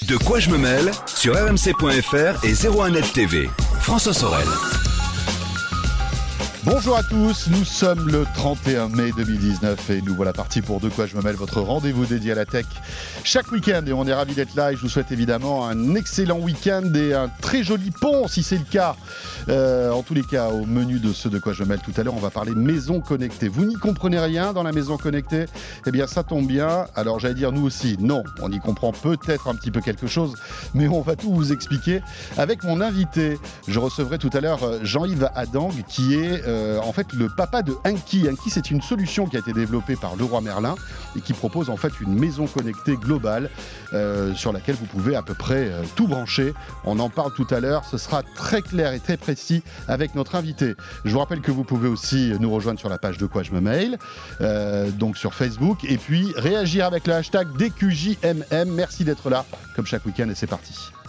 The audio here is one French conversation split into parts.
De quoi je me mêle sur rmc.fr et 01net TV. François Sorel. Bonjour à tous, nous sommes le 31 mai 2019 et nous voilà partis pour De quoi je me mêle, votre rendez-vous dédié à la tech chaque week-end, et on est ravis d'être là et je vous souhaite évidemment un excellent week-end et un très joli pont si c'est le cas. En tous les cas, au menu de ce De quoi je me mêle tout à l'heure, on va parler maison connectée. Vous n'y comprenez rien dans la maison connectée? Eh bien ça tombe bien, alors j'allais dire nous aussi, non, on y comprend peut-être un petit peu quelque chose, mais on va tout vous expliquer avec mon invité. Je recevrai tout à l'heure Jean-Yves Adang qui est en fait le papa de Anki. Anki, c'est une solution qui a été développée par Leroy Merlin et qui propose en fait une maison connectée globale sur laquelle vous pouvez à peu près tout brancher. On en parle tout à l'heure, ce sera très clair et très précis avec notre invité. Je vous rappelle que vous pouvez aussi nous rejoindre sur la page De quoi je me mêle, donc sur Facebook, et puis réagir avec le hashtag DQJMM. Merci d'être là comme chaque week-end et c'est parti.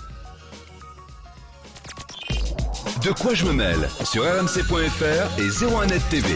De quoi je me mêle sur rmc.fr et 01net TV.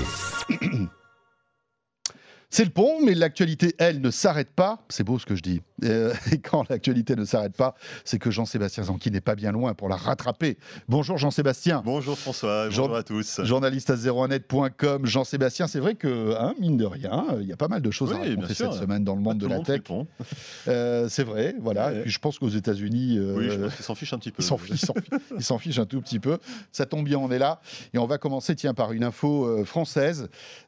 C'est le pont, mais l'actualité, elle, ne s'arrête pas. C'est beau ce que je dis. Et quand l'actualité ne s'arrête pas, c'est que Jean-Sébastien Zanqui n'est pas bien loin pour la rattraper. Bonjour Jean-Sébastien. Bonjour François, bonjour à tous. Journaliste à 01net.com. Jean-Sébastien, c'est vrai que, mine de rien, il y a pas mal de choses à raconter cette semaine dans le monde de la tech. C'est vrai, voilà. Et puis je pense qu'aux États-Unis, oui, je pense qu'ils s'en fichent un petit peu. Ils s'en fichent un tout petit peu. Ça tombe bien, on est là. Et on va commencer, par une info française.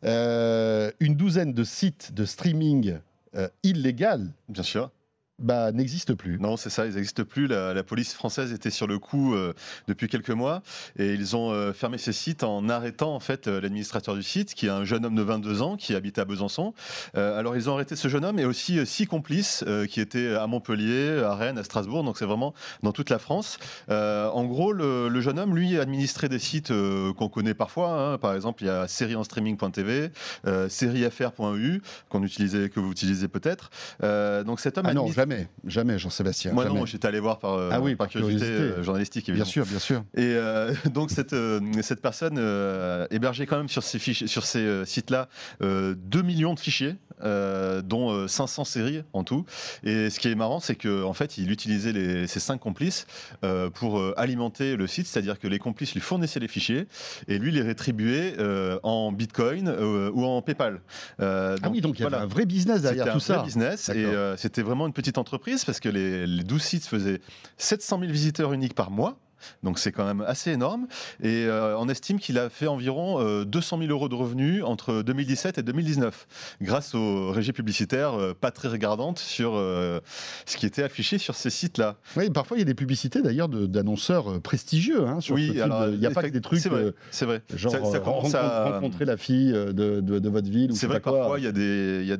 Une douzaine de sites de streaming illégal, bien sûr, n'existent plus. Non, c'est ça, ils n'existent plus. La police française était sur le coup depuis quelques mois et ils ont fermé ces sites en arrêtant en fait l'administrateur du site, qui est un jeune homme de 22 ans qui habite à Besançon. Alors ils ont arrêté ce jeune homme et aussi 6 complices qui étaient à Montpellier, à Rennes, à Strasbourg, donc c'est vraiment dans toute la France. En gros, le jeune homme, lui, administrait des sites qu'on connaît parfois. Par exemple, il y a sériesenstreaming.tv, sériefr.eu que vous utilisez peut-être. Donc cet homme Jamais, Jean-Sébastien. Moi jamais. non, j'étais allé voir par curiosité journalistique, évidemment. Bien sûr. Et donc cette personne hébergeait quand même sur ces sites-là 2 millions de fichiers, dont 500 séries en tout. Et ce qui est marrant, c'est qu'en fait, il utilisait ces 5 complices pour alimenter le site, c'est-à-dire que les complices lui fournissaient les fichiers et lui les rétribuait en Bitcoin ou en PayPal. Donc il y avait un vrai business derrière tout ça. C'était un vrai business et c'était vraiment une petite entreprise parce que les 12 sites faisaient 700 000 visiteurs uniques par mois. Donc c'est quand même assez énorme et on estime qu'il a fait environ 200 000 euros de revenus entre 2017 et 2019 grâce aux régies publicitaires pas très regardantes sur ce qui était affiché sur ces sites-là. Oui, parfois il y a des publicités d'ailleurs d'annonceurs prestigieux sur ce type. Il n'y a pas que des trucs. C'est vrai. Genre ça commence rencontrer la fille de votre ville. C'est vrai que parfois il y a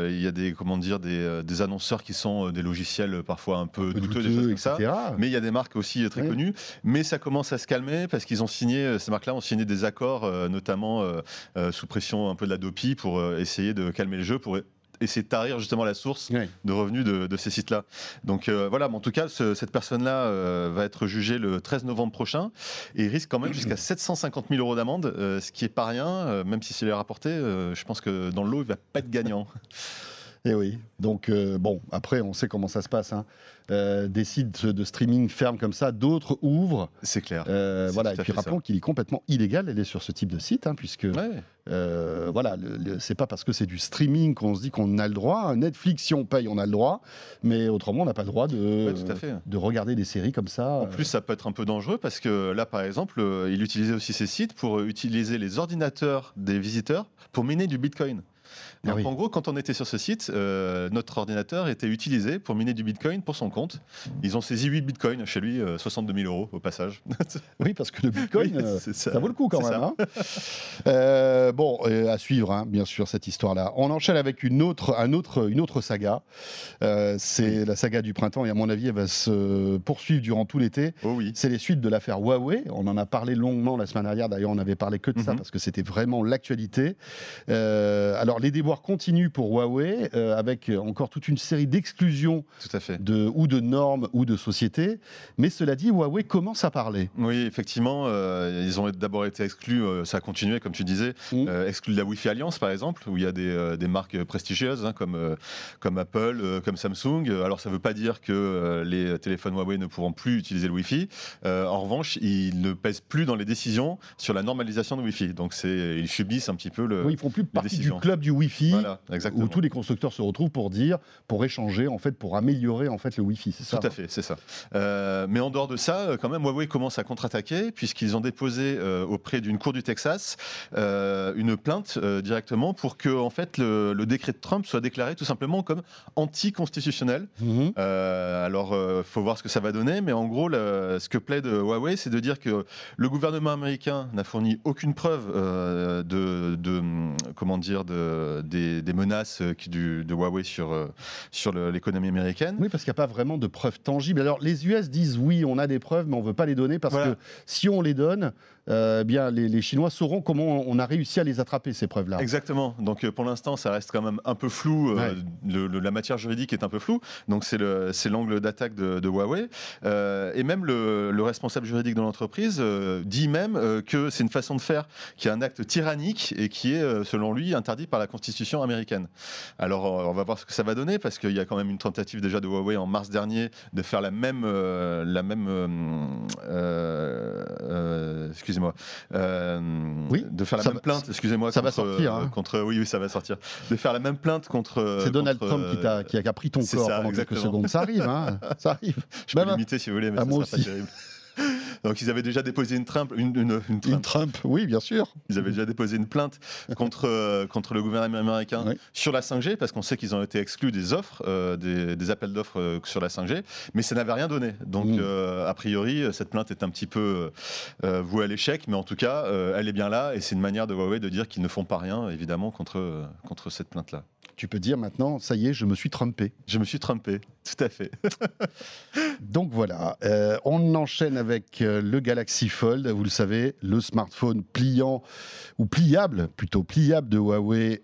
des annonceurs qui sont des logiciels parfois un peu douteux, des choses comme ça. Mais il y a des marques aussi très connues. Mais ça commence à se calmer parce qu'ils ont signé, ces marques-là ont signé des accords, notamment sous pression un peu de la DOPI, pour essayer de calmer le jeu, pour essayer de tarir justement la source de revenus de ces sites-là. Donc voilà, mais en tout cas, cette personne-là va être jugée le 13 novembre prochain et il risque quand même jusqu'à 750 000 euros d'amende, ce qui est pas rien, même si c'est rapporté. Je pense que dans le lot, il va pas être gagnant. Et oui, donc après on sait comment ça se passe. Des sites de streaming ferment comme ça, d'autres ouvrent. C'est clair. Et puis rappelons qu'il est complètement illégal d'aller sur ce type de site, puisque c'est pas parce que c'est du streaming qu'on se dit qu'on a le droit. Netflix, si on paye, on a le droit, mais autrement on n'a pas le droit de regarder des séries comme ça. En plus, ça peut être un peu dangereux parce que là, par exemple, il utilisait aussi ces sites pour utiliser les ordinateurs des visiteurs pour miner du Bitcoin. Donc, en gros, quand on était sur ce site, notre ordinateur était utilisé pour miner du Bitcoin pour son compte. Ils ont saisi 8 Bitcoins chez lui, 62 000 euros au passage. Oui, parce que le Bitcoin, ça vaut le coup quand même. À suivre, bien sûr, cette histoire-là. On enchaîne avec une autre saga. C'est la saga du printemps et à mon avis, elle va se poursuivre durant tout l'été. Oh oui. C'est les suites de l'affaire Huawei. On en a parlé longuement la semaine dernière. D'ailleurs, on n'avait parlé que de ça parce que c'était vraiment l'actualité. Alors, les débouchés voire continue pour Huawei, avec encore toute une série d'exclusions Tout à fait. ou de normes ou de sociétés. Mais cela dit, Huawei commence à parler. Oui, effectivement, ils ont d'abord été exclus, ça a continué, comme tu disais, exclus de la Wi-Fi Alliance, par exemple, où il y a des marques prestigieuses, hein, comme Apple, comme Samsung. Alors, ça ne veut pas dire que les téléphones Huawei ne pourront plus utiliser le Wi-Fi. En revanche, ils ne pèsent plus dans les décisions sur la normalisation de Wi-Fi. Donc, ils subissent un petit peu ils ne font plus partie du décisions. club du Wi-Fi, Voilà, où tous les constructeurs se retrouvent pour échanger, en fait, pour améliorer en fait, le Wi-Fi. C'est ça, Tout à fait, c'est ça. Mais en dehors de ça, quand même, Huawei commence à contre-attaquer, puisqu'ils ont déposé auprès d'une cour du Texas une plainte directement pour que en fait, le décret de Trump soit déclaré tout simplement comme anticonstitutionnel. Alors, faut voir ce que ça va donner, mais en gros, ce que plaide Huawei, c'est de dire que le gouvernement américain n'a fourni aucune preuve des menaces de Huawei sur l'économie américaine. Oui, parce qu'il n'y a pas vraiment de preuves tangibles. Alors, les US disent oui, on a des preuves, mais on ne veut pas les donner parce que si on les donne, bien les Chinois sauront comment on a réussi à les attraper, ces preuves-là. Exactement. Donc, pour l'instant, ça reste quand même un peu flou. La matière juridique est un peu floue. Donc, c'est l'angle d'attaque de Huawei. Et même le responsable juridique de l'entreprise dit même que c'est une façon de faire qui est un acte tyrannique et qui est, selon lui, interdit par la Constitution américaine. Alors, on va voir ce que ça va donner parce qu'il y a quand même une tentative déjà de Huawei en mars dernier de faire de faire la même plainte, excusez-moi, ça va sortir, hein. Oui, ça va sortir. De faire la même plainte contre. C'est Donald Trump qui a pris ton corps pendant quelques secondes. Ça arrive, hein. Ça arrive. Je peux l'imiter si vous voulez, mais ça moi sera aussi. pas terrible. Donc ils avaient déjà déposé une Trump, oui, bien sûr. Ils avaient déjà déposé une plainte contre le gouvernement américain sur la 5G, parce qu'on sait qu'ils ont été exclus des offres, des appels d'offres sur la 5G, mais ça n'avait rien donné. Donc a priori, cette plainte est un petit peu vouée à l'échec, mais en tout cas, elle est bien là, et c'est une manière de Huawei de dire qu'ils ne font pas rien, évidemment, contre cette plainte-là. Tu peux dire maintenant, ça y est, je me suis trumpé. Je me suis trumpé, tout à fait. Donc voilà, on enchaîne avec le Galaxy Fold, vous le savez, le smartphone pliant, ou pliable, plutôt pliable de Huawei.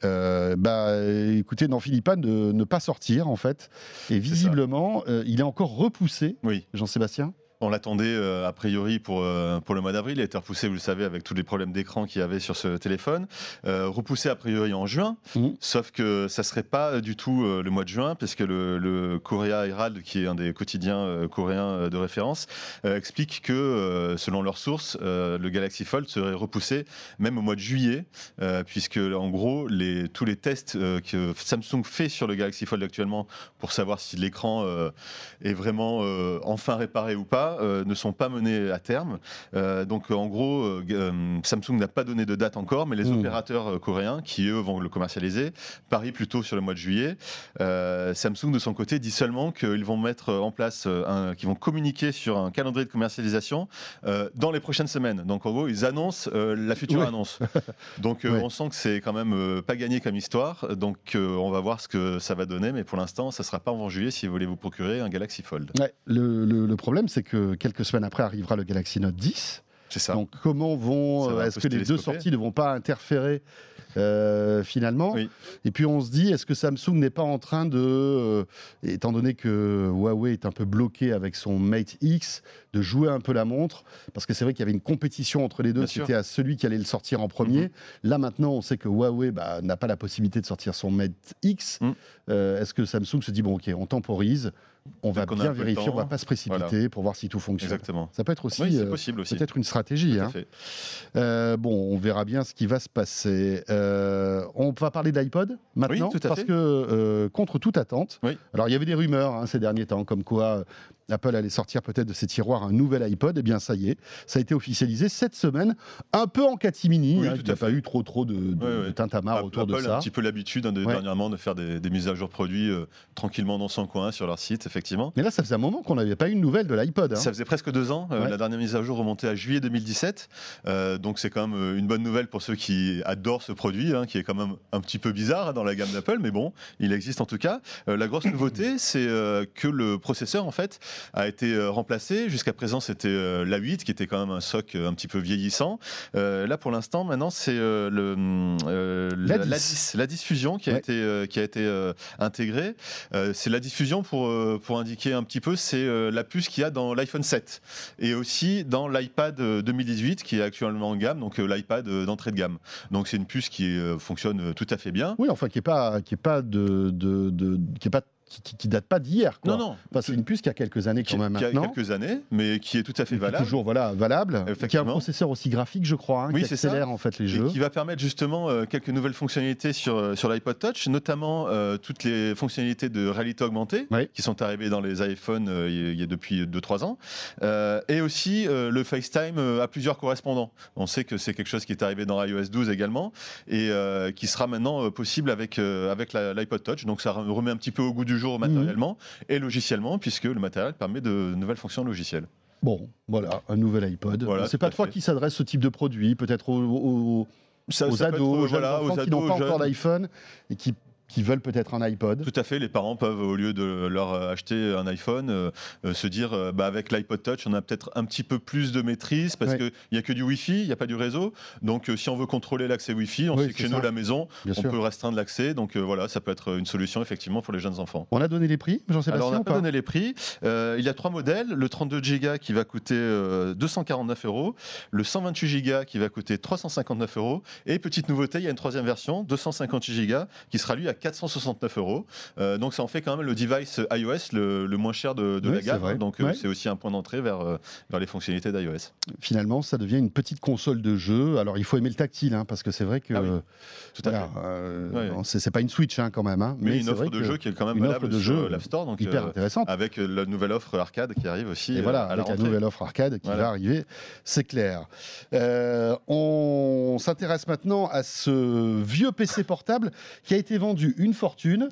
Écoutez, n'en finit pas de ne pas sortir en fait. Et visiblement, il est encore repoussé, Jean-Sébastien. On l'attendait a priori pour le mois d'avril. Il a été repoussé, vous le savez, avec tous les problèmes d'écran qu'il y avait sur ce téléphone. Repoussé a priori en juin, sauf que ça ne serait pas du tout le mois de juin, puisque le Korea Herald, qui est un des quotidiens coréens de référence, explique que, selon leurs sources, le Galaxy Fold serait repoussé même au mois de juillet, puisque en gros, tous les tests que Samsung fait sur le Galaxy Fold actuellement pour savoir si l'écran est vraiment enfin réparé ou pas, ne sont pas menés à terme. Donc en gros, Samsung n'a pas donné de date encore, mais les opérateurs coréens, qui eux vont le commercialiser, parient plutôt sur le mois de juillet. Samsung de son côté dit seulement qu'ils vont mettre en place, qu'ils vont communiquer sur un calendrier de commercialisation dans les prochaines semaines. Donc en gros, ils annoncent la future annonce. Donc on sent que c'est quand même pas gagné comme histoire. Donc on va voir ce que ça va donner, mais pour l'instant, ça ne sera pas avant juillet si vous voulez vous procurer un Galaxy Fold. Le problème, c'est que quelques semaines après arrivera le Galaxy Note 10. C'est ça. Donc comment est-ce que les deux sorties ne vont pas interférer finalement. Et puis on se dit, est-ce que Samsung n'est pas en train de, étant donné que Huawei est un peu bloqué avec son Mate X, de jouer un peu la montre, parce que c'est vrai qu'il y avait une compétition entre les deux, c'était à celui qui allait le sortir en premier. Là maintenant, on sait que Huawei n'a pas la possibilité de sortir son Mate X. Est-ce que Samsung se dit, bon ok, on temporise, on va bien vérifier, on ne va pas se précipiter pour voir si tout fonctionne. Exactement. Ça peut être aussi, possible aussi. peut-être une stratégie. On verra bien ce qui va se passer. On va parler d'iPod maintenant, parce que contre toute attente, alors il y avait des rumeurs ces derniers temps, comme quoi Apple allait sortir peut-être de ses tiroirs un nouvel iPod. Eh bien ça y est, ça a été officialisé cette semaine, un peu en catimini. Il n'y a pas eu trop de tintamarre autour de ça. Apple a un petit peu l'habitude dernièrement de faire des mises à jour produits tranquillement dans son coin sur leur site, effectivement. Mais là, ça faisait un moment qu'on n'avait pas eu une nouvelle de l'iPod. Ça faisait presque 2 ans. Ouais. La dernière mise à jour remontait à juillet 2017. Donc c'est quand même une bonne nouvelle pour ceux qui adorent ce produit, qui est quand même un petit peu bizarre dans la gamme d'Apple, mais bon, il existe en tout cas. La grosse nouveauté, c'est que le processeur en fait a été remplacé. Jusqu'à présent, c'était l'A8 qui était quand même un SoC un petit peu vieillissant. Là, pour l'instant, maintenant, c'est la diffusion qui a été intégrée. C'est la diffusion pour indiquer un petit peu, c'est la puce qu'il y a dans l'iPhone 7 et aussi dans l'iPad 2018 qui est actuellement en gamme, donc l'iPad d'entrée de gamme. Donc c'est une puce qui fonctionne tout à fait bien. Oui, enfin qui date pas d'hier. Quoi. Non. Enfin, c'est une puce qui a quelques années quand même maintenant. Qui a quelques années, mais qui est tout à fait valable. Toujours valable. Qui a un processeur aussi graphique, je crois, oui, qui accélère en fait les jeux. Et qui va permettre justement quelques nouvelles fonctionnalités sur l'iPod Touch, notamment toutes les fonctionnalités de réalité augmentée qui sont arrivées dans les iPhones il y a depuis 2-3 ans. Et aussi le FaceTime à plusieurs correspondants. On sait que c'est quelque chose qui est arrivé dans iOS 12 également et qui sera maintenant possible avec l'iPod Touch. Donc ça remet un petit peu au goût du jour matériellement et logiciellement, puisque le matériel permet de nouvelles fonctions logicielles. Bon, voilà, un nouvel iPod. Voilà, c'est pas toi qui s'adresse ce type de produit, peut-être aux ados, aux jeunes enfants qui n'ont pas encore d'iPhone et qui veulent peut-être un iPod. Tout à fait, les parents peuvent, au lieu de leur acheter un iPhone, se dire avec l'iPod Touch, on a peut-être un petit peu plus de maîtrise parce qu'il n'y a que du Wi-Fi, il n'y a pas du réseau. Donc si on veut contrôler l'accès Wi-Fi, on sait que chez nous à la maison, on peut restreindre l'accès. Donc voilà, ça peut être une solution effectivement pour les jeunes enfants. On a donné les prix, Jean-Sébastien? Alors on n'a pas donné les prix. Il y a 3 modèles. Le 32 Go qui va coûter 249 €, le 128 Go qui va coûter 359 €, et petite nouveauté, il y a une 3e version, 256 Go, qui sera lui à 469 €. Donc ça en fait quand même le device iOS le moins cher de la gamme. Donc c'est aussi un point d'entrée vers les fonctionnalités d'iOS. Finalement, ça devient une petite console de jeu. Alors il faut aimer le tactile, parce que c'est vrai que tout à fait. C'est pas une Switch quand même. Mais une offre de jeu qui est quand même valable sur l'App Store. Donc hyper intéressante. Avec la nouvelle offre arcade qui arrive aussi. Et voilà, avec la nouvelle offre arcade qui va arriver, c'est clair. On s'intéresse maintenant à ce vieux PC portable qui a été vendu une fortune.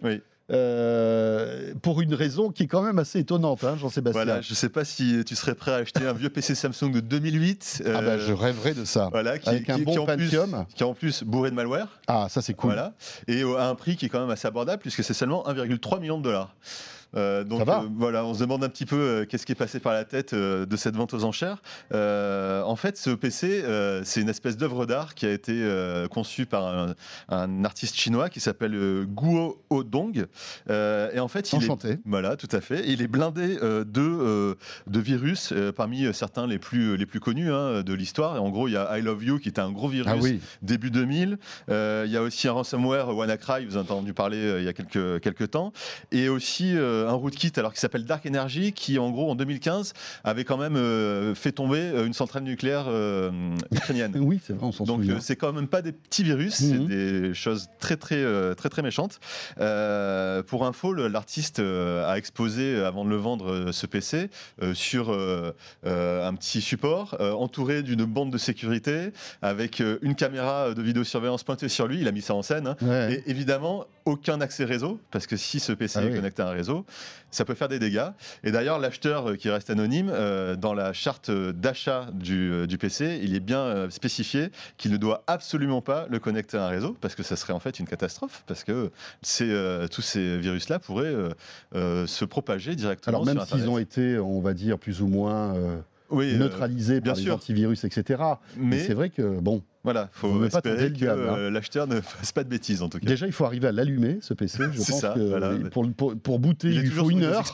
Pour une raison qui est quand même assez étonnante, Jean-Sébastien. Voilà, je ne sais pas si tu serais prêt à acheter un vieux PC Samsung de 2008. Je rêverais de ça. Voilà, avec un bon Pentium. Qui est en plus bourré de malware. Ah, ça c'est cool. Voilà, et à un prix qui est quand même assez abordable puisque c'est seulement 1,3 million de dollars. Donc voilà, on se demande un petit peu qu'est-ce qui est passé par la tête de cette vente aux enchères. En fait, ce PC, c'est une espèce d'œuvre d'art qui a été conçue par un artiste chinois qui s'appelle Guo Odong. Et en fait, voilà, tout à fait. Il est blindé de virus, parmi certains les plus connus de l'histoire. Et en gros, il y a I Love You qui était un gros virus début 2000. Il y a aussi un ransomware WannaCry, vous avez entendu parler il y a quelques temps. Et aussi un rootkit qui s'appelle Dark Energy qui en gros en 2015 avait quand même fait tomber une centrale nucléaire ukrainienne. Oui, c'est vrai, on s'en souvient. Donc c'est quand même pas des petits virus, c'est des choses très méchantes. Pour info, l'artiste a exposé avant de le vendre ce PC sur un petit support entouré d'une bande de sécurité avec une caméra de vidéosurveillance pointée sur lui. Il a mis ça en scène. Et évidemment aucun accès réseau parce que si ce PC est connecté à un réseau, ça peut faire des dégâts. Et d'ailleurs, l'acheteur qui reste anonyme, dans la charte d'achat du PC, il est bien spécifié qu'il ne doit absolument pas le connecter à un réseau, parce que ça serait en fait une catastrophe, parce que tous ces virus-là pourraient se propager directement sur Internet. Alors même s'ils ont été, on va dire, plus ou moins neutralisés par les antivirus, etc. Mais c'est vrai que, bon... Voilà, il faut espérer que l'acheteur ne fasse pas de bêtises en tout cas. Déjà, il faut arriver à l'allumer, ce PC. Je pense que voilà. pour booter, il faut 1 heure. XP,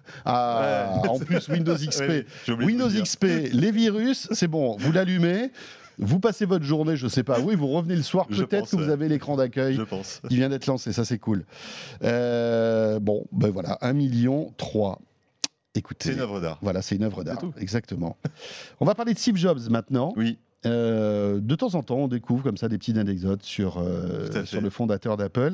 en plus, Windows XP. Windows XP, les virus, c'est bon, vous l'allumez. Vous passez votre journée, je ne sais pas, vous revenez le soir, peut-être que vous avez l'écran d'accueil qui vient d'être lancé, ça c'est cool. Bon, ben voilà, 1,3 million. Écoutez, c'est une œuvre d'art. Voilà, c'est une œuvre d'art, exactement. On va parler de Steve Jobs maintenant. Oui. De temps en temps, on découvre comme ça des petites anecdotes sur le fondateur d'Apple.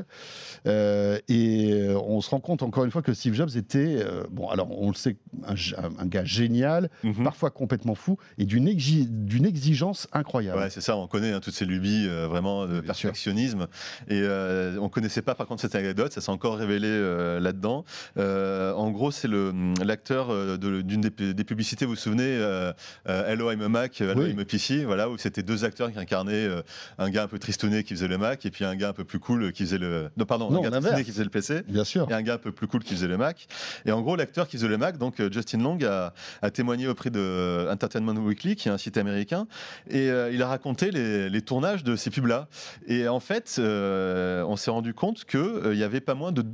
Et on se rend compte encore une fois que Steve Jobs était, alors on le sait, un gars génial, parfois complètement fou, et d'une exigence incroyable. Ouais, c'est ça, on connaît toutes ces lubies vraiment de perfectionnisme. Et on ne connaissait pas par contre cette anecdote, ça s'est encore révélé là-dedans. En gros, c'est l'acteur d'une des publicités, vous vous souvenez, Hello I'm a Mac, Hello I'm a PC, voilà, où c'était deux acteurs qui incarnaient un gars un peu tristouné qui faisait le Mac, et puis un gars un peu plus cool qui faisait le... Non, pardon, un gars tristouné qui faisait le PC, bien sûr, et un gars un peu plus cool qui faisait le Mac. Et en gros, l'acteur qui faisait le Mac, donc Justin Long, a témoigné auprès de Entertainment Weekly, qui est un site américain, et il a raconté les tournages de ces pubs-là. Et en fait, on s'est rendu compte qu'il y avait pas moins de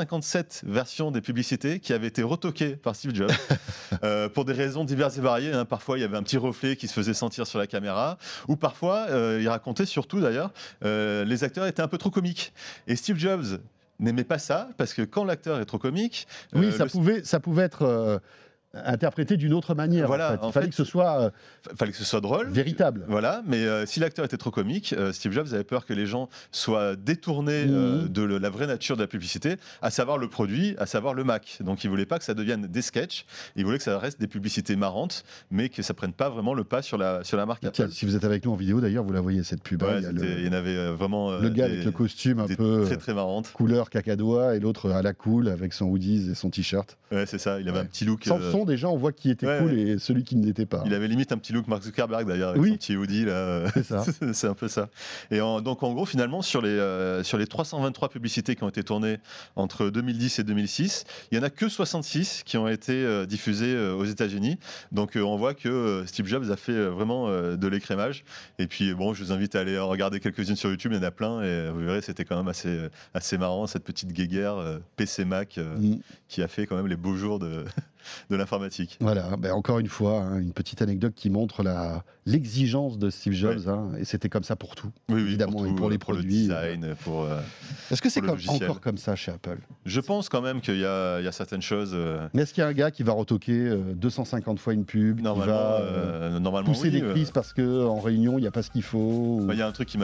257 versions des publicités qui avaient été retoquées par Steve Jobs pour des raisons diverses et variées. Parfois, il y avait un petit reflet qui se faisait sentir sur la caméra, ou parfois, il racontait surtout d'ailleurs, les acteurs étaient un peu trop comiques. Et Steve Jobs n'aimait pas ça, parce que quand l'acteur est trop comique... Oui, ça pouvait être... interprété d'une autre manière. Voilà, il fallait que ce soit drôle, véritable. Voilà, mais si l'acteur était trop comique, Steve Jobs avait peur que les gens soient détournés de la vraie nature de la publicité, à savoir le produit, à savoir le Mac. Donc il voulait pas que ça devienne des sketchs, il voulait que ça reste des publicités marrantes, mais que ça prenne pas vraiment le pas sur la marque Apple. Tiens, si vous êtes avec nous en vidéo d'ailleurs, vous la voyez cette pub. Ouais, il y en avait vraiment le gars avec le costume un peu très très marrante, couleur cacadois, et l'autre à la cool avec son hoodies et son t-shirt. Ouais, c'est ça. Il avait un petit look. Sans le son, déjà, on voit qui était cool et celui qui ne l'était pas. Il avait limite un petit look Mark Zuckerberg d'ailleurs, avec son petit hoodie là. C'est ça. C'est un peu ça. Et donc en gros, finalement, sur les 323 publicités qui ont été tournées entre 2010 et 2006, il y en a que 66 qui ont été diffusées aux États-Unis. Donc on voit que Steve Jobs a fait vraiment de l'écrémage. Et puis bon, je vous invite à aller en regarder quelques-unes sur YouTube. Il y en a plein et vous verrez, c'était quand même assez marrant, cette petite guéguerre PC Mac qui a fait quand même les beaux jours de l'informatique. Voilà, encore une fois, une petite anecdote qui montre l'exigence de Steve Jobs, et c'était comme ça pour tout, évidemment, pour tout, et pour les produits. Pour le design, Est-ce que c'est encore comme ça chez Apple ? Je pense quand même qu'il y a certaines choses... Mais est-ce qu'il y a un gars qui va retoquer 250 fois une pub, normalement, qui va pousser des crises parce qu'en réunion, il n'y a pas ce qu'il faut Il y a un truc qui m'a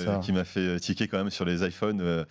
fait tiquer quand même sur les iPhones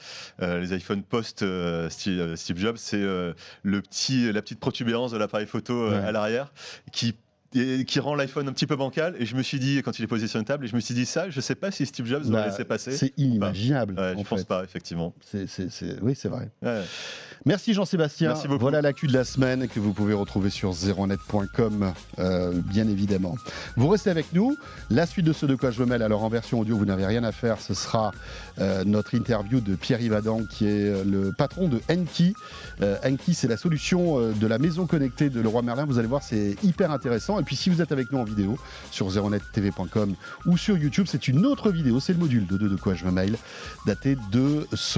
post Steve Jobs, c'est la petite protubérance de l'appareil photo à l'arrière qui rend l'iPhone un petit peu bancal. Et je me suis dit, quand il est posé sur une table, je me suis dit ça, je sais pas si Steve Jobs l'aurait laissé passer. C'est inimaginable. Je pense pas, effectivement. Oui, c'est vrai. Ouais. Merci Jean-Sébastien. Merci beaucoup. Voilà l'actu de la semaine que vous pouvez retrouver sur 01net.com, bien évidemment. Vous restez avec nous. La suite de ce De quoi je me mêle, alors en version audio, vous n'avez rien à faire. Ce sera notre interview de Pierre-Yves Adam, qui est le patron de Enki. Enki, c'est la solution de la maison connectée de Leroy Merlin. Vous allez voir, c'est hyper intéressant. Et puis si vous êtes avec nous en vidéo sur 01nettv.com ou sur YouTube, c'est une autre vidéo, c'est le module de quoi je me mêle, daté de ce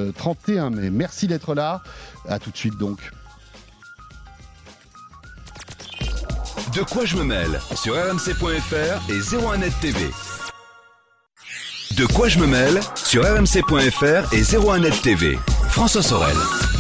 31 mai. Merci d'être là. À tout de suite donc. De quoi je me mêle sur rmc.fr et 01net TV. De quoi je me mêle sur rmc.fr et 01net TV. François Sorel.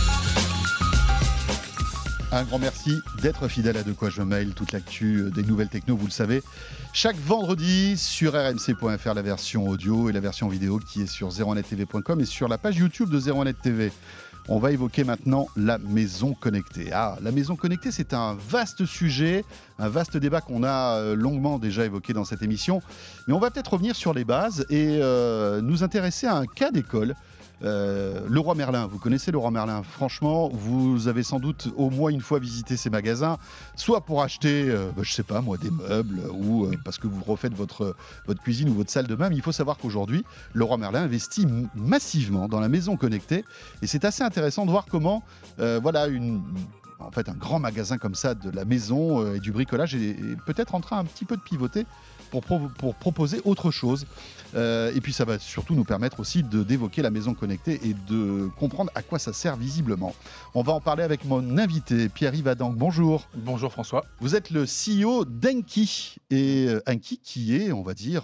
Un grand merci d'être fidèle à De quoi je me mêle, toute l'actu des nouvelles techno, vous le savez. Chaque vendredi sur rmc.fr, la version audio et la version vidéo qui est sur 01nettv.com et sur la page YouTube de 01net TV. On va évoquer maintenant la maison connectée. La maison connectée, c'est un vaste sujet, un vaste débat qu'on a longuement déjà évoqué dans cette émission. Mais on va peut-être revenir sur les bases et nous intéresser à un cas d'école. Leroy Merlin, vous connaissez Leroy Merlin. Franchement, vous avez sans doute au moins une fois visité ces magasins, soit pour acheter, je sais pas moi, des meubles ou parce que vous refaites votre cuisine ou votre salle de bain. Mais il faut savoir qu'aujourd'hui, Leroy Merlin investit massivement dans la maison connectée et c'est assez intéressant de voir comment, en fait, un grand magasin comme ça de la maison et du bricolage est peut-être en train un petit peu de pivoter pour proposer autre chose. Et puis ça va surtout nous permettre aussi d'évoquer la maison connectée et de comprendre à quoi ça sert visiblement. On va en parler avec mon invité, Pierre-Yves Adam. Bonjour. Bonjour François. Vous êtes le CEO d'Enki. Et Enki qui est, on va dire,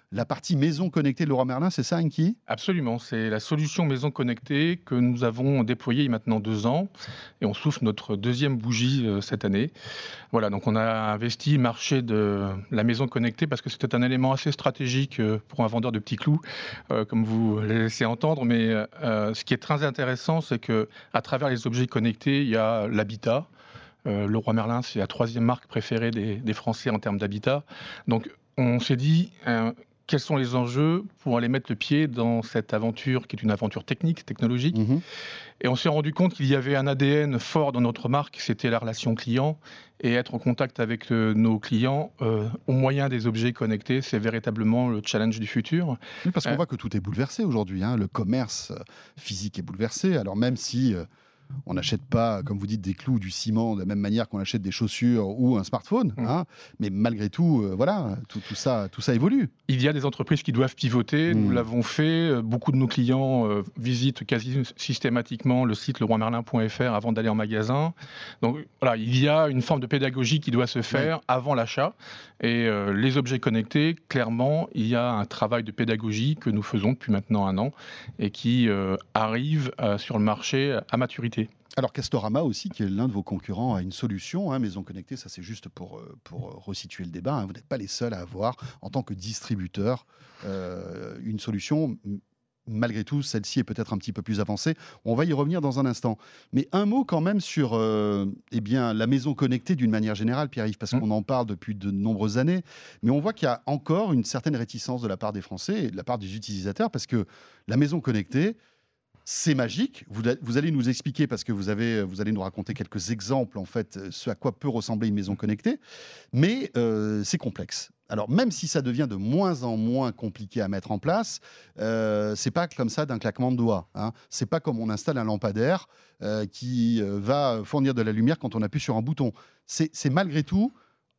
la partie maison connectée de Leroy Merlin, c'est ça, Enki ? Absolument, c'est la solution maison connectée que nous avons déployée il y a maintenant 2 ans et on souffle notre 2e bougie cette année. Voilà, donc on a investi le marché de la maison connectée parce que c'était un élément assez stratégique pour un vendeur de petits clous, comme vous l'avez laissé entendre. Mais ce qui est très intéressant, c'est qu'à travers les objets connectés, il y a l'habitat. Leroy Merlin, c'est la 3e marque préférée des Français en termes d'habitat. Donc on s'est dit... quels sont les enjeux pour aller mettre le pied dans cette aventure qui est une aventure technique, technologique. Et on s'est rendu compte qu'il y avait un ADN fort dans notre marque, c'était la relation client. Et être en contact avec nos clients au moyen des objets connectés, c'est véritablement le challenge du futur. Oui, parce qu'on voit que tout est bouleversé aujourd'hui. Le commerce physique est bouleversé. Alors même si... on n'achète pas, comme vous dites, des clous, du ciment, de la même manière qu'on achète des chaussures ou un smartphone. Mais malgré tout, tout ça évolue. Il y a des entreprises qui doivent pivoter. Nous l'avons fait. Beaucoup de nos clients visitent quasi systématiquement le site leroymerlin.fr avant d'aller en magasin. Donc voilà, il y a une forme de pédagogie qui doit se faire avant l'achat. Et les objets connectés, clairement, il y a un travail de pédagogie que nous faisons depuis maintenant 1 an et qui arrive sur le marché à maturité. Alors Castorama aussi, qui est l'un de vos concurrents, a une solution, maison connectée, ça c'est juste pour resituer le débat, vous n'êtes pas les seuls à avoir, en tant que distributeur, une solution. Malgré tout, celle-ci est peut-être un petit peu plus avancée. On va y revenir dans un instant. Mais un mot quand même sur la maison connectée d'une manière générale, Pierre-Yves, parce qu'on en parle depuis de nombreuses années. Mais on voit qu'il y a encore une certaine réticence de la part des Français et de la part des utilisateurs, parce que la maison connectée, c'est magique. Vous allez nous expliquer, parce que vous allez nous raconter quelques exemples, en fait, ce à quoi peut ressembler une maison connectée. Mais c'est complexe. Alors, même si ça devient de moins en moins compliqué à mettre en place, c'est pas comme ça d'un claquement de doigts. C'est pas comme on installe un lampadaire qui va fournir de la lumière quand on appuie sur un bouton. C'est malgré tout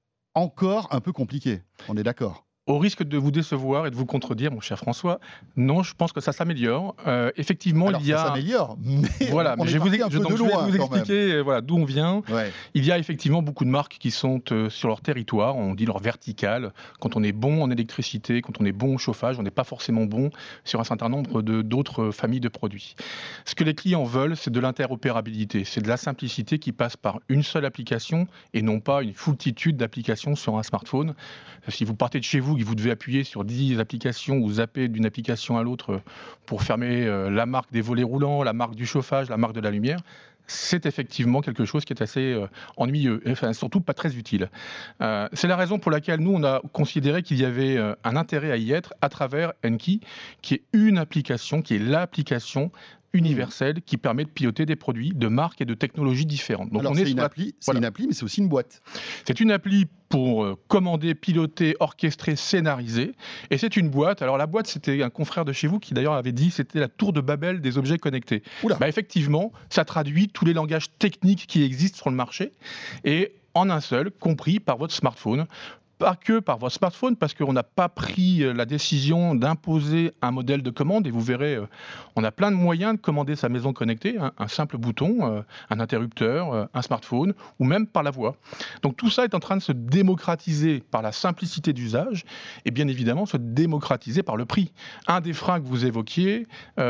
encore un peu compliqué. On est d'accord ? Au risque de vous décevoir et de vous contredire, mon cher François, non, je pense que ça s'améliore. Effectivement, alors, il y a... ça s'améliore, mais voilà, on est je vais vous expliquer d'où on vient. Ouais. Il y a effectivement beaucoup de marques qui sont sur leur territoire, on dit leur verticale. Quand on est bon en électricité, quand on est bon au chauffage, on n'est pas forcément bon sur un certain nombre d'autres familles de produits. Ce que les clients veulent, c'est de l'interopérabilité, c'est de la simplicité qui passe par une seule application et non pas une foultitude d'applications sur un smartphone. Si vous partez de chez vous, vous devez appuyer sur 10 applications ou zapper d'une application à l'autre pour fermer la marque des volets roulants, la marque du chauffage, la marque de la lumière, c'est effectivement quelque chose qui est assez ennuyeux, enfin, surtout pas très utile. C'est la raison pour laquelle nous, on a considéré qu'il y avait un intérêt à y être à travers Enki, qui est une application, qui est l'application universelle qui permet de piloter des produits de marques et de technologies différentes. Donc alors, c'est une appli, mais c'est aussi une boîte. C'est une appli pour commander, piloter, orchestrer, scénariser. Et c'est une boîte. Alors la boîte, c'était un confrère de chez vous qui d'ailleurs avait dit c'était la tour de Babel des objets connectés. Effectivement, ça traduit tous les langages techniques qui existent sur le marché et en un seul, compris par votre smartphone. Pas que par votre smartphone, parce qu'on n'a pas pris la décision d'imposer un modèle de commande. Et vous verrez, on a plein de moyens de commander sa maison connectée. Un simple bouton, un interrupteur, un smartphone, ou même par la voix. Donc tout ça est en train de se démocratiser par la simplicité d'usage et bien évidemment se démocratiser par le prix. Un des freins que vous évoquiez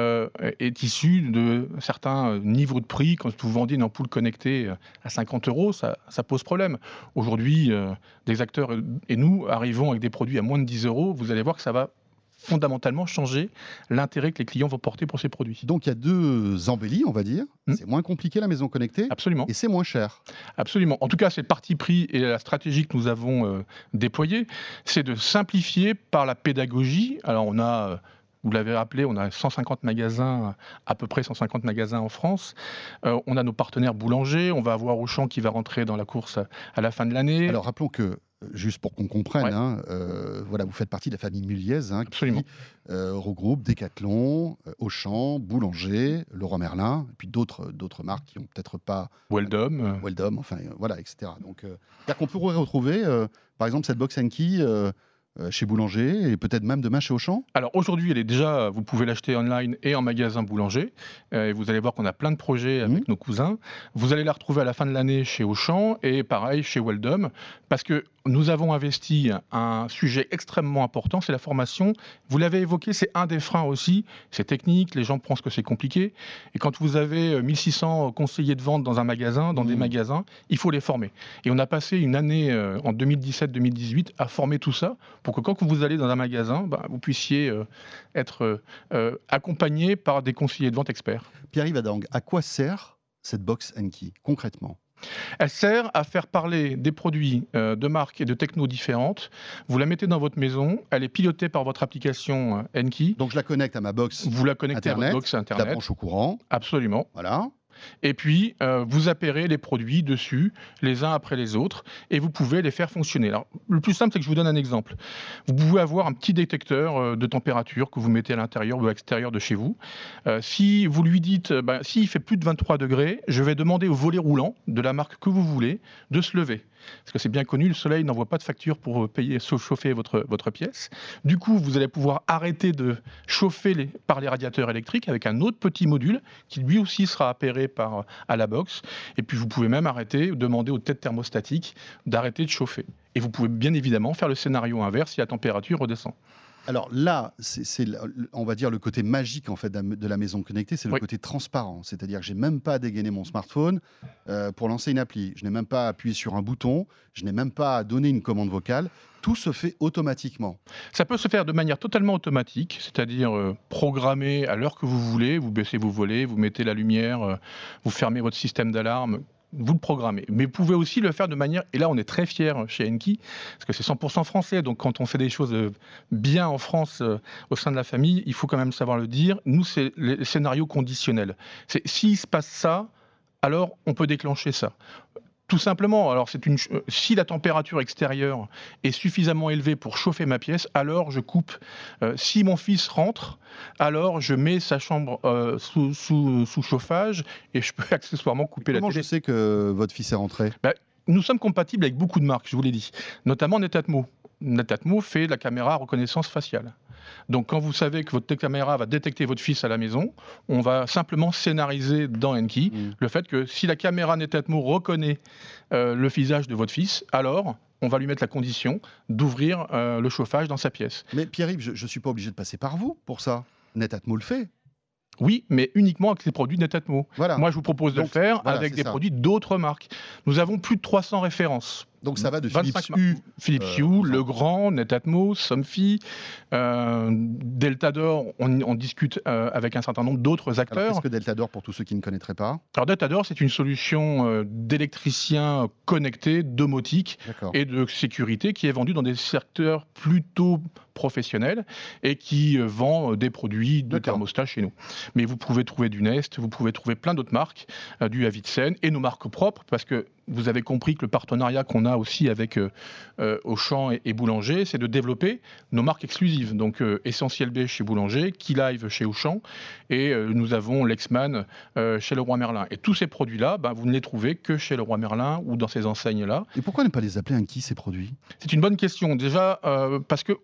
est issu de certains niveaux de prix. Quand vous vendez une ampoule connectée à 50 €, ça pose problème. Aujourd'hui, des acteurs... et nous arrivons avec des produits à moins de 10 €, vous allez voir que ça va fondamentalement changer l'intérêt que les clients vont porter pour ces produits. Donc il y a 2 embellis, on va dire. C'est moins compliqué la maison connectée. Absolument. Et c'est moins cher. Absolument. En tout cas, c'est le parti pris et la stratégie que nous avons déployée, c'est de simplifier par la pédagogie. Alors on a... Vous l'avez rappelé, on a 150 magasins, à peu près 150 magasins en France. On a nos partenaires boulangers. On va avoir Auchan qui va rentrer dans la course à la fin de l'année. Alors rappelons que, juste pour qu'on comprenne, vous faites partie de la famille Muliez, qui regroupe Decathlon, Auchan, Boulanger, Leroy Merlin, et puis d'autres marques qui n'ont peut-être pas... Weldom, enfin voilà, etc. Donc, c'est-à-dire qu'on pourrait retrouver, par exemple, cette box Enki... chez Boulanger et peut-être même demain chez Auchan. Alors aujourd'hui, elle est déjà, vous pouvez l'acheter online et en magasin Boulanger. Et vous allez voir qu'on a plein de projets avec nos cousins. Vous allez la retrouver à la fin de l'année chez Auchan et pareil chez Weldom. Parce que nous avons investi un sujet extrêmement important, c'est la formation. Vous l'avez évoqué, c'est un des freins aussi. C'est technique, les gens pensent que c'est compliqué. Et quand vous avez 1600 conseillers de vente dans un magasin, dans des magasins, il faut les former. Et on a passé une année en 2017-2018 à former tout ça pour que quand vous allez dans un magasin, vous puissiez être accompagné par des conseillers de vente experts. Pierre-Yves Adang, à quoi sert cette box Enki concrètement ? Elle sert à faire parler des produits de marques et de techno différentes. Vous la mettez dans votre maison, elle est pilotée par votre application Enki. Donc je la connecte à ma box Vous la connectez Internet, à votre box Internet. la branche au courant. Absolument. Voilà. Et puis, vous appairez les produits dessus, les uns après les autres, et vous pouvez les faire fonctionner. Alors, le plus simple, c'est que je vous donne un exemple. Vous pouvez avoir un petit détecteur de température que vous mettez à l'intérieur ou à l'extérieur de chez vous. Si vous lui dites, s'il fait plus de 23 degrés, je vais demander au volet roulant de la marque que vous voulez de se lever. Parce que c'est bien connu, le soleil n'envoie pas de facture pour chauffer votre pièce. Du coup, vous allez pouvoir arrêter de chauffer par les radiateurs électriques avec un autre petit module qui lui aussi sera appairé à la box. Et puis vous pouvez même demander aux têtes thermostatiques d'arrêter de chauffer. Et vous pouvez bien évidemment faire le scénario inverse si la température redescend. Alors là, c'est on va dire le côté magique en fait de la maison connectée, c'est le côté transparent. C'est-à-dire que j'ai même pas à dégainer mon smartphone pour lancer une appli. Je n'ai même pas à appuyer sur un bouton. Je n'ai même pas à donner une commande vocale. Tout se fait automatiquement. Ça peut se faire de manière totalement automatique, c'est-à-dire programmé à l'heure que vous voulez. Vous baissez vos volets, vous mettez la lumière, vous fermez votre système d'alarme. Vous le programmez. Mais vous pouvez aussi le faire de manière... Et là, on est très fiers chez Enki, parce que c'est 100% français. Donc, quand on fait des choses bien en France, au sein de la famille, il faut quand même savoir le dire. Nous, c'est les scénarios conditionnels. C'est s'il se passe ça, alors on peut déclencher ça. Tout simplement, alors si la température extérieure est suffisamment élevée pour chauffer ma pièce, alors je coupe. Si mon fils rentre, alors je mets sa chambre sous chauffage et je peux accessoirement couper la télé. Comment je sais que votre fils est rentré ? Nous sommes compatibles avec beaucoup de marques, je vous l'ai dit, notamment Netatmo. Netatmo fait la caméra à reconnaissance faciale. Donc quand vous savez que votre caméra va détecter votre fils à la maison, on va simplement scénariser dans Enki le fait que si la caméra Netatmo reconnaît le visage de votre fils, alors on va lui mettre la condition d'ouvrir le chauffage dans sa pièce. Mais Pierre-Yves, je ne suis pas obligé de passer par vous pour ça. Netatmo le fait. Oui, mais uniquement avec les produits Netatmo. Voilà. Moi, je vous propose de le faire avec des produits d'autres marques. Nous avons plus de 300 références. Donc ça va de Philips Hue, Legrand, Netatmo, Somfy, Deltador, on discute avec un certain nombre d'autres acteurs. Qu'est-ce que Deltador pour tous ceux qui ne connaîtraient pas ? Alors Deltador, c'est une solution d'électricien connecté, domotique et de sécurité qui est vendue dans des secteurs plutôt professionnels et qui vend des produits de thermostat chez nous. Mais vous pouvez trouver du Nest, vous pouvez trouver plein d'autres marques, du Avicenne et nos marques propres, parce que vous avez compris que le partenariat qu'on a aussi avec Auchan et Boulanger, c'est de développer nos marques exclusives. Donc Essentiel B chez Boulanger, Key Live chez Auchan, et nous avons Lexman chez Leroy Merlin. Et tous ces produits-là, vous ne les trouvez que chez Leroy Merlin ou dans ces enseignes-là. Et pourquoi ne pas les appeler Enki, ces produits ? C'est une bonne question. Déjà, parce que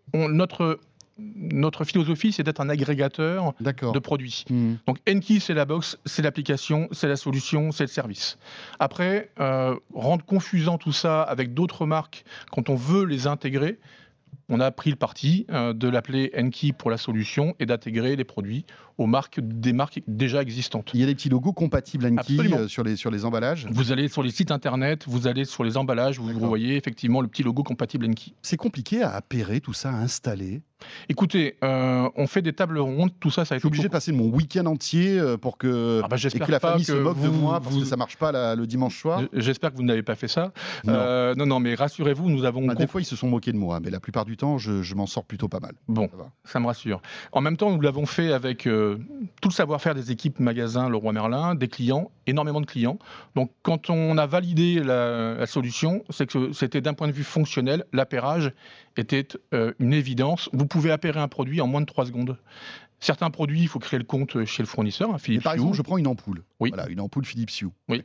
notre philosophie, c'est d'être un agrégateur de produits. Donc Enki, c'est la box, c'est l'application, c'est la solution, c'est le service. Après, rendre confusant tout ça avec d'autres marques, quand on veut les intégrer, on a pris le parti de l'appeler Enki pour la solution et d'intégrer les produits des marques déjà existantes. Il y a des petits logos compatibles Enki sur les emballages. Vous allez sur les sites internet, vous allez sur les emballages, vous voyez effectivement le petit logo compatible Enki. C'est compliqué à appairer tout ça, à installer. Écoutez, on fait des tables rondes, tout ça, ça a été... Je suis obligé de passer mon week-end entier pour que, et que la famille se moque de moi parce que ça ne marche pas le dimanche soir. J'espère que vous n'avez pas fait ça. Non, mais rassurez-vous, nous avons... Des fois, ils se sont moqués de moi, mais la plupart du temps, je m'en sors plutôt pas mal. Bon, ça me rassure. En même temps, nous l'avons fait avec tout le savoir-faire des équipes magasins Leroy Merlin, des clients, énormément de clients. Donc, quand on a validé la solution, c'est que c'était d'un point de vue fonctionnel, l'appairage était une évidence. Vous pouvez appairer un produit en moins de 3 secondes. Certains produits, il faut créer le compte chez le fournisseur, Philips Hue. Par exemple, je prends une ampoule. Oui. Voilà, une ampoule Philips Hue. Oui. D'accord ?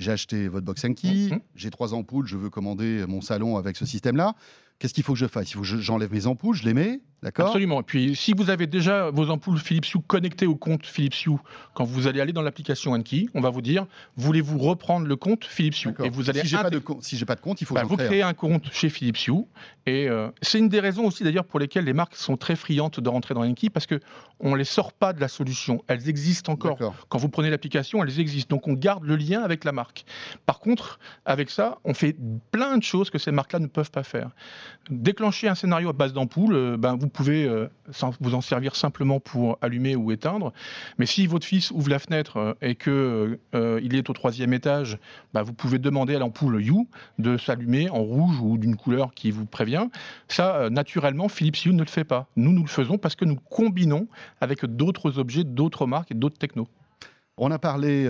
j'ai acheté votre box Anki, j'ai 3 ampoules, je veux commander mon salon avec ce système-là. Qu'est-ce qu'il faut que je fasse? Il faut que j'enlève mes ampoules, je les mets, d'accord? Absolument. Et puis, si vous avez déjà vos ampoules Philips Hue connectées au compte Philips Hue, quand vous allez aller dans l'application Anki, on va vous dire, voulez-vous reprendre le compte Philips Hue? Et vous allez si j'ai pas de compte, il faut que vous créez un compte chez Philips Hue. Et c'est une des raisons aussi, d'ailleurs, pour lesquelles les marques sont très friandes de rentrer dans Anki, parce qu'on ne les sort pas de la solution. Elles existent encore. Quand vous prenez l'application, elles existent. Donc, on garde le lien avec la marque. Par contre, avec ça, on fait plein de choses que ces marques-là ne peuvent pas faire. Déclencher un scénario à base d'ampoule, vous pouvez vous en servir simplement pour allumer ou éteindre. Mais si votre fils ouvre la fenêtre et qu'il est au 3e étage, vous pouvez demander à l'ampoule Hue de s'allumer en rouge ou d'une couleur qui vous prévient. Ça, naturellement, Philips Hue ne le fait pas. Nous le faisons parce que nous combinons avec d'autres objets, d'autres marques et d'autres technos. On a parlé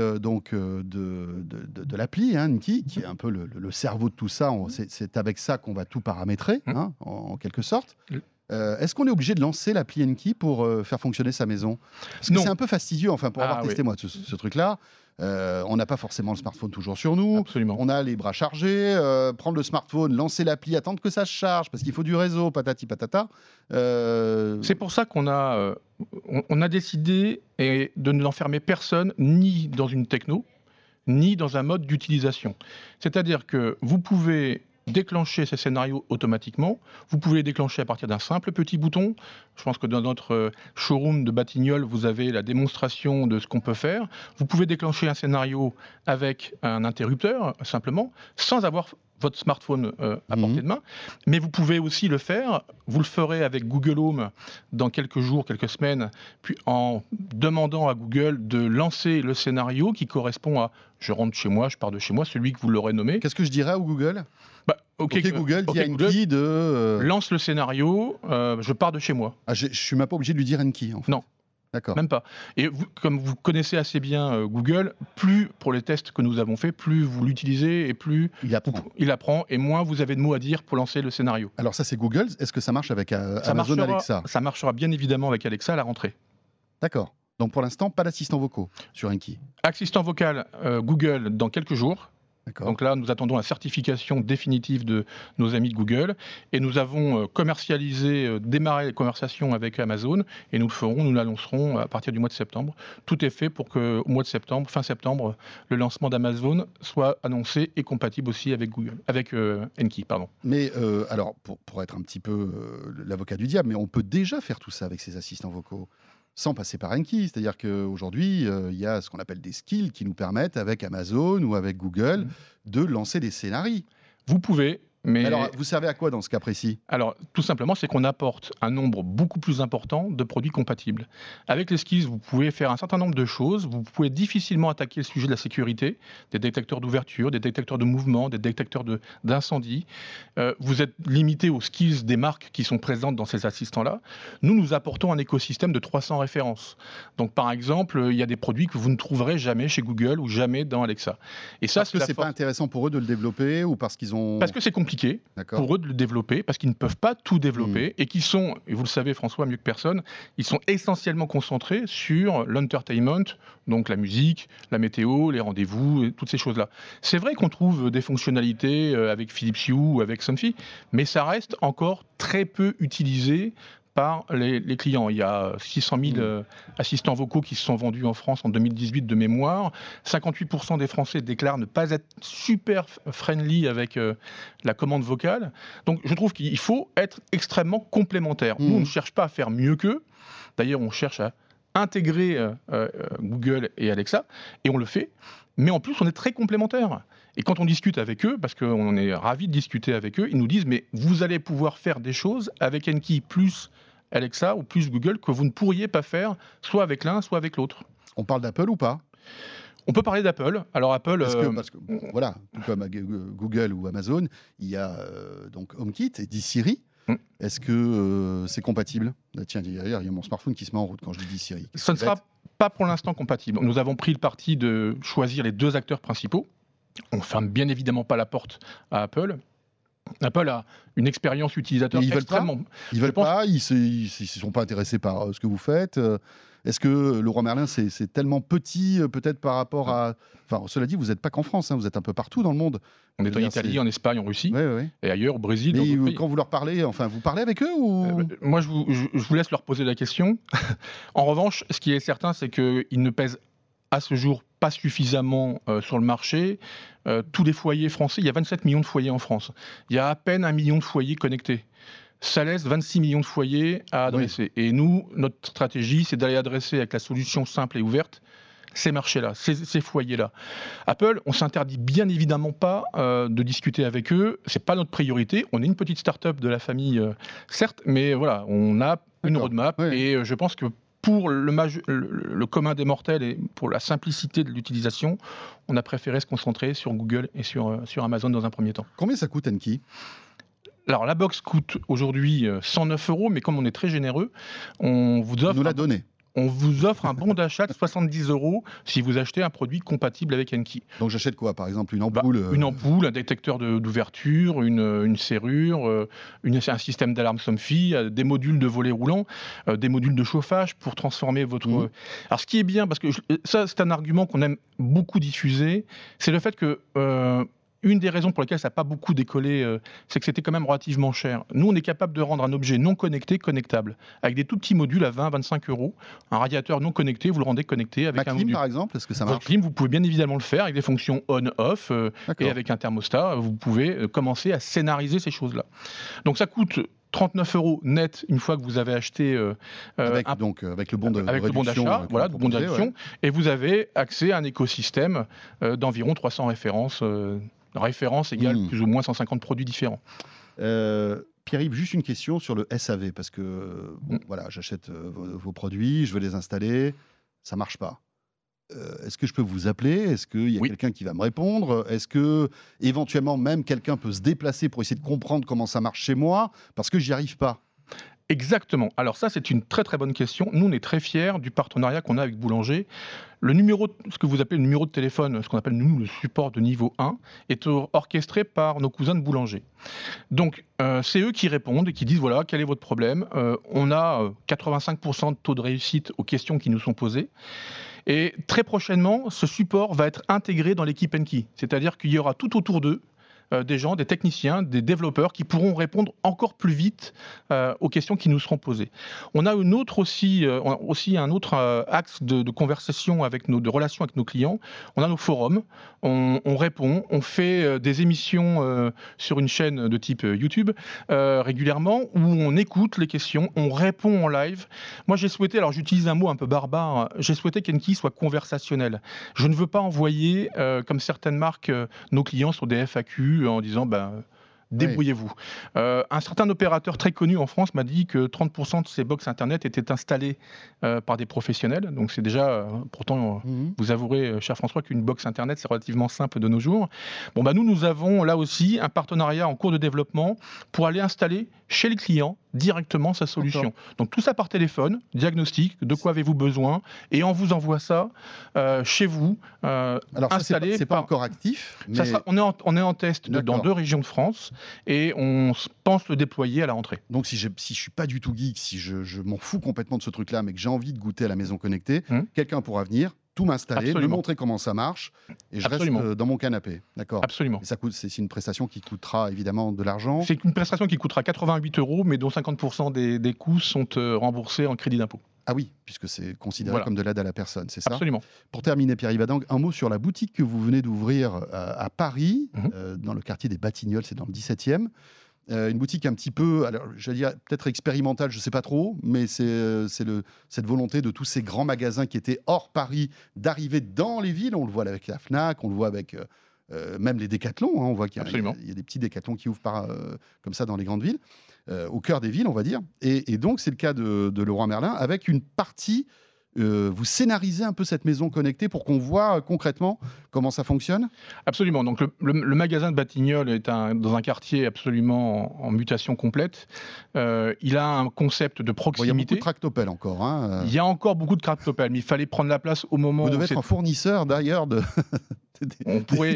de l'appli Anki, qui est un peu le cerveau de tout ça. C'est avec ça qu'on va tout paramétrer, en quelque sorte. Est-ce qu'on est obligé de lancer l'appli Anki pour faire fonctionner sa maison? Parce que c'est un peu fastidieux, pour avoir testé moi ce truc-là. On n'a pas forcément le smartphone toujours sur nous. Absolument. On a les bras chargés. Prendre le smartphone, lancer l'appli, attendre que ça se charge, parce qu'il faut du réseau, patati patata. C'est pour ça qu'on a, on a décidé de ne l'enfermer personne, ni dans une techno, ni dans un mode d'utilisation. C'est-à-dire que vous pouvez déclencher ces scénarios automatiquement. Vous pouvez les déclencher à partir d'un simple petit bouton. Je pense que dans notre showroom de Batignolles, vous avez la démonstration de ce qu'on peut faire. Vous pouvez déclencher un scénario avec un interrupteur, simplement, sans avoir votre smartphone à portée de main. Mais vous pouvez aussi le faire. Vous le ferez avec Google Home dans quelques jours, quelques semaines, puis en demandant à Google de lancer le scénario qui correspond à « je rentre chez moi, je pars de chez moi », celui que vous l'aurez nommé. Qu'est-ce que je dirais à Google ? Google, dis à Anki de... Lance le scénario, je pars de chez moi. Je ne suis même pas obligé de lui dire Anki, en fait. Non. D'accord. Même pas. Et vous, comme vous connaissez assez bien Google, plus, pour les tests que nous avons faits, plus vous l'utilisez et plus il apprend et moins vous avez de mots à dire pour lancer le scénario. Alors ça, c'est Google. Est-ce que ça marche avec Amazon Alexa ? Ça marchera bien évidemment avec Alexa à la rentrée. D'accord. Donc pour l'instant, pas d'assistant vocaux sur Anki. Assistant vocal Google dans quelques jours. D'accord. Donc là, nous attendons la certification définitive de nos amis de Google et nous avons démarré les conversations avec Amazon et nous l'annoncerons à partir du mois de septembre. Tout est fait pour qu'au mois de septembre, fin septembre, le lancement d'Amazon soit annoncé et compatible aussi avec Google, avec Anki, pardon. Mais alors, pour être un petit peu l'avocat du diable, mais on peut déjà faire tout ça avec ces assistants vocaux sans passer par Anki. C'est-à-dire qu'aujourd'hui, il y a ce qu'on appelle des skills qui nous permettent, avec Amazon ou avec Google, de lancer des scénarios. Vous pouvez, mais... Alors, vous servez à quoi dans ce cas précis ? Alors, tout simplement, c'est qu'on apporte un nombre beaucoup plus important de produits compatibles. Avec les skills, vous pouvez faire un certain nombre de choses. Vous pouvez difficilement attaquer le sujet de la sécurité, des détecteurs d'ouverture, des détecteurs de mouvement, des détecteurs d'incendie. Vous êtes limité aux skills des marques qui sont présentes dans ces assistants-là. Nous apportons un écosystème de 300 références. Donc, par exemple, il y a des produits que vous ne trouverez jamais chez Google ou jamais dans Alexa. Et ça, parce que c'est pas intéressant pour eux de le développer ou parce qu'ils ont... Parce que c'est compliqué pour eux de le développer, parce qu'ils ne peuvent pas tout développer et qui sont, et vous le savez François mieux que personne, ils sont essentiellement concentrés sur l'entertainment, donc la musique, la météo, les rendez-vous, et toutes ces choses-là. C'est vrai qu'on trouve des fonctionnalités avec Philips Hue ou avec Somfy, mais ça reste encore très peu utilisé par les clients. Il y a 600 000 assistants vocaux qui se sont vendus en France en 2018 de mémoire. 58% des Français déclarent ne pas être super friendly avec la commande vocale. Donc je trouve qu'il faut être extrêmement complémentaire. Nous, on ne cherche pas à faire mieux qu'eux. D'ailleurs, on cherche à intégrer Google et Alexa, et on le fait. Mais en plus, on est très complémentaires. Et quand on discute avec eux, parce qu'on est ravis de discuter avec eux, ils nous disent « mais vous allez pouvoir faire des choses avec Anki plus Alexa ou plus Google que vous ne pourriez pas faire soit avec l'un, soit avec l'autre ». On parle d'Apple ou pas ? On peut parler d'Apple. Alors Apple, parce que voilà, comme Google ou Amazon, il y a donc HomeKit et dit Siri. Est-ce que c'est compatible ? Tiens, d'ailleurs, il y a mon smartphone qui se met en route quand je dis Siri. Ça ne sera pas pour l'instant compatible. Nous avons pris le parti de choisir les deux acteurs principaux. On ne ferme bien évidemment pas la porte à Apple. Apple a une expérience utilisateur extrêmement... Ils veulent pas, ils sont pas intéressés par ce que vous faites. Est-ce que Leroy Merlin, c'est tellement petit, peut-être par rapport à... Enfin, cela dit, vous n'êtes pas qu'en France, vous êtes un peu partout dans le monde. On est en Italie, en Espagne, en Russie, et ailleurs, au Brésil. Mais quand vous leur parlez, vous parlez avec eux ou... Moi, je vous laisse leur poser la question. En revanche, ce qui est certain, c'est qu'ils ne pèsent à ce jour pas suffisamment sur le marché. Tous les foyers français, il y a 27 millions de foyers en France. Il y a à peine 1 million de foyers connectés. Ça laisse 26 millions de foyers à adresser. Oui. Et nous, notre stratégie, c'est d'aller adresser avec la solution simple et ouverte ces marchés-là, ces foyers-là. Apple, on s'interdit bien évidemment pas de discuter avec eux. C'est pas notre priorité. On est une petite start-up de la famille, certes, mais voilà, on a une roadmap. Oui. Et je pense que pour le commun des mortels et pour la simplicité de l'utilisation, on a préféré se concentrer sur Google et sur Amazon dans un premier temps. Combien ça coûte, Enki ? Alors, la box coûte aujourd'hui 109 €, mais comme on est très généreux, on vous offre... Nous l'a donné. On vous offre un bon d'achat de 70 € si vous achetez un produit compatible avec Enki. Donc j'achète quoi, par exemple, une ampoule Une ampoule, un détecteur d'ouverture, une serrure, un système d'alarme Somfy, des modules de volet roulant, des modules de chauffage pour transformer votre... Alors ce qui est bien, parce que ça c'est un argument qu'on aime beaucoup diffuser, c'est le fait que... Une des raisons pour lesquelles ça n'a pas beaucoup décollé, c'est que c'était quand même relativement cher. Nous, on est capable de rendre un objet non connecté connectable, avec des tout petits modules à 20-25 €. Un radiateur non connecté, vous le rendez connecté avec un module. Par exemple, est-ce que ça marche ? Votre clim, vous pouvez bien évidemment le faire avec des fonctions on-off, et avec un thermostat, vous pouvez commencer à scénariser ces choses-là. Donc ça coûte 39 € net une fois que vous avez acheté avec le bon de avec réduction, le bon d'achat, voilà, le bon de réduction, et vous avez accès à un écosystème d'environ 300 références. Référence égale plus ou moins 150 produits différents. Pierre-Yves, juste une question sur le SAV, parce que voilà, j'achète vos produits, je veux les installer, ça ne marche pas. Est-ce que je peux vous appeler ? Est-ce qu'il y a quelqu'un qui va me répondre ? Est-ce que éventuellement même quelqu'un peut se déplacer pour essayer de comprendre comment ça marche chez moi ? Parce que j'y arrive pas. Exactement. Alors ça, c'est une très très bonne question. Nous, on est très fiers du partenariat qu'on a avec Boulanger. Le numéro, ce que vous appelez le numéro de téléphone, ce qu'on appelle nous le support de niveau 1, est orchestré par nos cousins de Boulanger. Donc, c'est eux qui répondent et qui disent, voilà, quel est votre problème ? On a 85% de taux de réussite aux questions qui nous sont posées. Et très prochainement, ce support va être intégré dans l'équipe Enki. C'est-à-dire qu'il y aura tout autour d'eux des gens, des techniciens, des développeurs qui pourront répondre encore plus vite aux questions qui nous seront posées. On a un autre axe de conversation de relation avec nos clients. On a nos forums, on répond, on fait des émissions sur une chaîne de type YouTube régulièrement où on écoute les questions, on répond en live. Moi j'ai souhaité, alors j'utilise un mot un peu barbare, j'ai souhaité qu'Enki soit conversationnel. Je ne veux pas envoyer, comme certaines marques, nos clients sur des FAQ en disant débrouillez-vous. Un certain opérateur très connu en France m'a dit que 30% de ses box internet étaient installées par des professionnels. Donc c'est déjà, pourtant, vous avouerez, cher François, qu'une box internet, c'est relativement simple de nos jours. Bon, nous avons là aussi un partenariat en cours de développement pour aller installer chez le client directement sa solution. D'accord. Donc tout ça par téléphone, diagnostic, de quoi avez-vous besoin, et on vous envoie ça chez vous, alors installé. C'est pas encore actif. Mais... on est en test dans 2 régions de France, et on pense le déployer à la rentrée. Donc si je suis pas du tout geek, si je m'en fous complètement de ce truc-là, mais que j'ai envie de goûter à la maison connectée, quelqu'un pourra venir, tout m'installer, me montrer comment ça marche, et je reste dans mon canapé. D'accord. Absolument. Et c'est une prestation qui coûtera évidemment de l'argent. C'est une prestation qui coûtera 88 €, mais dont 50% des coûts sont remboursés en crédit d'impôt. Ah oui, puisque c'est considéré comme de l'aide à la personne, c'est ça ? Absolument. Pour terminer, Pierre-Yves Adang, un mot sur la boutique que vous venez d'ouvrir à Paris, dans le quartier des Batignolles, c'est dans le 17e. Une boutique un petit peu, alors j'allais dire peut-être expérimentale, je ne sais pas trop, mais c'est cette volonté de tous ces grands magasins qui étaient hors Paris d'arriver dans les villes. On le voit avec la Fnac, on le voit avec même les Décathlons. On voit qu'il y a des petits Décathlons qui ouvrent comme ça dans les grandes villes, au cœur des villes, on va dire. Et donc c'est le cas de Leroy Merlin, avec une partie... vous scénarisez un peu cette maison connectée pour qu'on voit concrètement comment ça fonctionne ? Absolument. Donc le magasin de Batignolles est dans un quartier absolument en mutation complète. Il a un concept de proximité. Il y a beaucoup de tractopelles encore. Il y a encore beaucoup de tractopelles, mais il fallait prendre la place au moment où... Vous devez être un fournisseur d'ailleurs de... On pourrait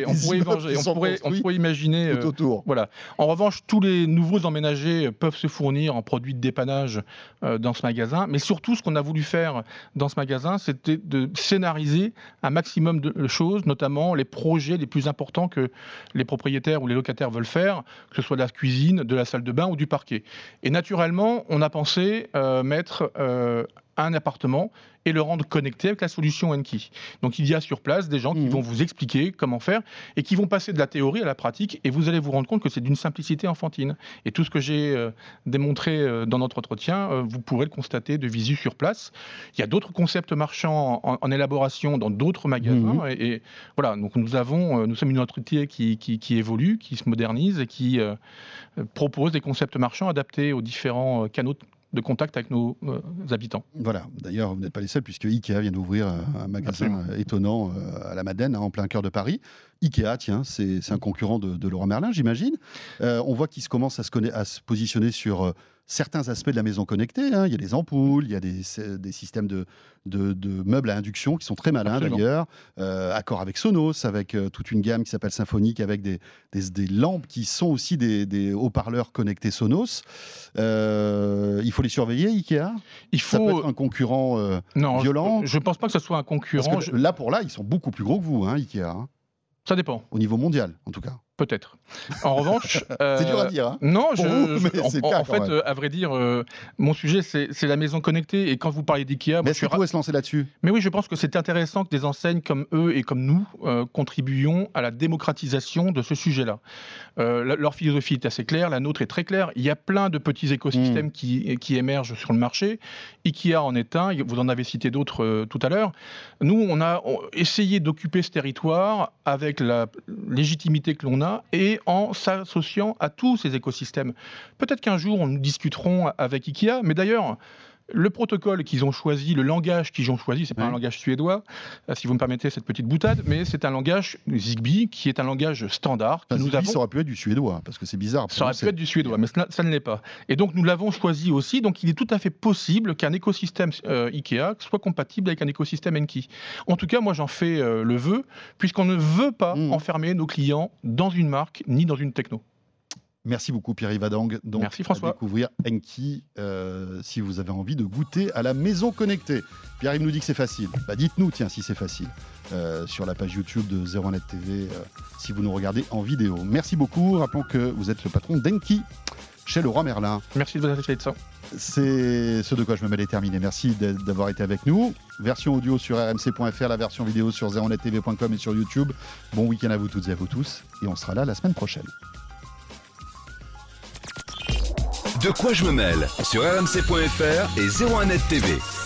imaginer tout autour. Voilà. En revanche, tous les nouveaux emménagés peuvent se fournir en produits de dépannage dans ce magasin. Mais surtout, ce qu'on a voulu faire dans ce magasin, c'était de scénariser un maximum de choses, notamment les projets les plus importants que les propriétaires ou les locataires veulent faire, que ce soit de la cuisine, de la salle de bain ou du parquet. Et naturellement, on a pensé mettre un appartement et le rendre connecté avec la solution Enki. Donc il y a sur place des gens qui vont vous expliquer comment faire et qui vont passer de la théorie à la pratique, et vous allez vous rendre compte que c'est d'une simplicité enfantine. Et tout ce que j'ai démontré dans notre entretien, vous pourrez le constater de visu sur place. Il y a d'autres concepts marchands en élaboration dans d'autres magasins, et voilà, donc nous sommes une entité qui évolue, qui se modernise et qui propose des concepts marchands adaptés aux différents canaux de contact avec nos habitants. Voilà, d'ailleurs vous n'êtes pas les seuls, puisque Ikea vient d'ouvrir un magasin étonnant à la Madeleine, en plein cœur de Paris. Ikea, tiens, c'est un concurrent de Leroy Merlin, j'imagine. On voit qu'ils commencent à se positionner sur certains aspects de la maison connectée. Il y a des ampoules, il y a des systèmes de meubles à induction qui sont très malins. Absolument. D'ailleurs. Accord avec Sonos, avec toute une gamme qui s'appelle Symphonique, avec des lampes qui sont aussi des haut-parleurs connectés Sonos. Il faut les surveiller, Ikea. Ça peut être un concurrent violent. Je ne pense pas que ce soit un concurrent. Parce que là, ils sont beaucoup plus gros que vous, Ikea. Ça dépend. Au niveau mondial, en tout cas. Peut-être. En revanche... c'est dur à dire. Hein. Non, à vrai dire, mon sujet, c'est la maison connectée. Et quand vous parlez d'IKEA... Mais est-ce qu'on pourrait se lancer là-dessus ? Mais oui, je pense que c'est intéressant que des enseignes comme eux et comme nous contribuions à la démocratisation de ce sujet-là. Leur philosophie est assez claire, la nôtre est très claire. Il y a plein de petits écosystèmes qui émergent sur le marché. IKEA en est un, vous en avez cité d'autres tout à l'heure. Nous, on a essayé d'occuper ce territoire avec la légitimité que l'on a, et en s'associant à tous ces écosystèmes. Peut-être qu'un jour, nous discuterons avec IKEA, mais d'ailleurs, le protocole qu'ils ont choisi, le langage qu'ils ont choisi, c'est pas un langage suédois, si vous me permettez cette petite boutade, mais c'est un langage Zigbee qui est un langage standard. Zigbee, ça aurait pu être du suédois, parce que c'est bizarre. Ça aurait pu être du suédois, mais ça ne l'est pas. Et donc nous l'avons choisi aussi, donc il est tout à fait possible qu'un écosystème IKEA soit compatible avec un écosystème Enki. En tout cas, moi j'en fais le vœu, puisqu'on ne veut pas enfermer nos clients dans une marque ni dans une techno. Merci beaucoup Pierre-Yves Adang. Donc, merci François. À découvrir Enki si vous avez envie de goûter à la maison connectée. Pierre-Yves nous dit que c'est facile. Dites-nous si c'est facile sur la page YouTube de 01net TV si vous nous regardez en vidéo. Merci beaucoup. Rappelons que vous êtes le patron d'Enki chez Leroy Merlin. Merci de vous avoir fait de ça. C'est ce de quoi je me mêle est terminé. Merci d'avoir été avec nous. Version audio sur rmc.fr, la version vidéo sur 01nettv.com et sur YouTube. Bon week-end à vous toutes et à vous tous. Et on sera là la semaine prochaine. De quoi je me mêle sur rmc.fr et 01net TV.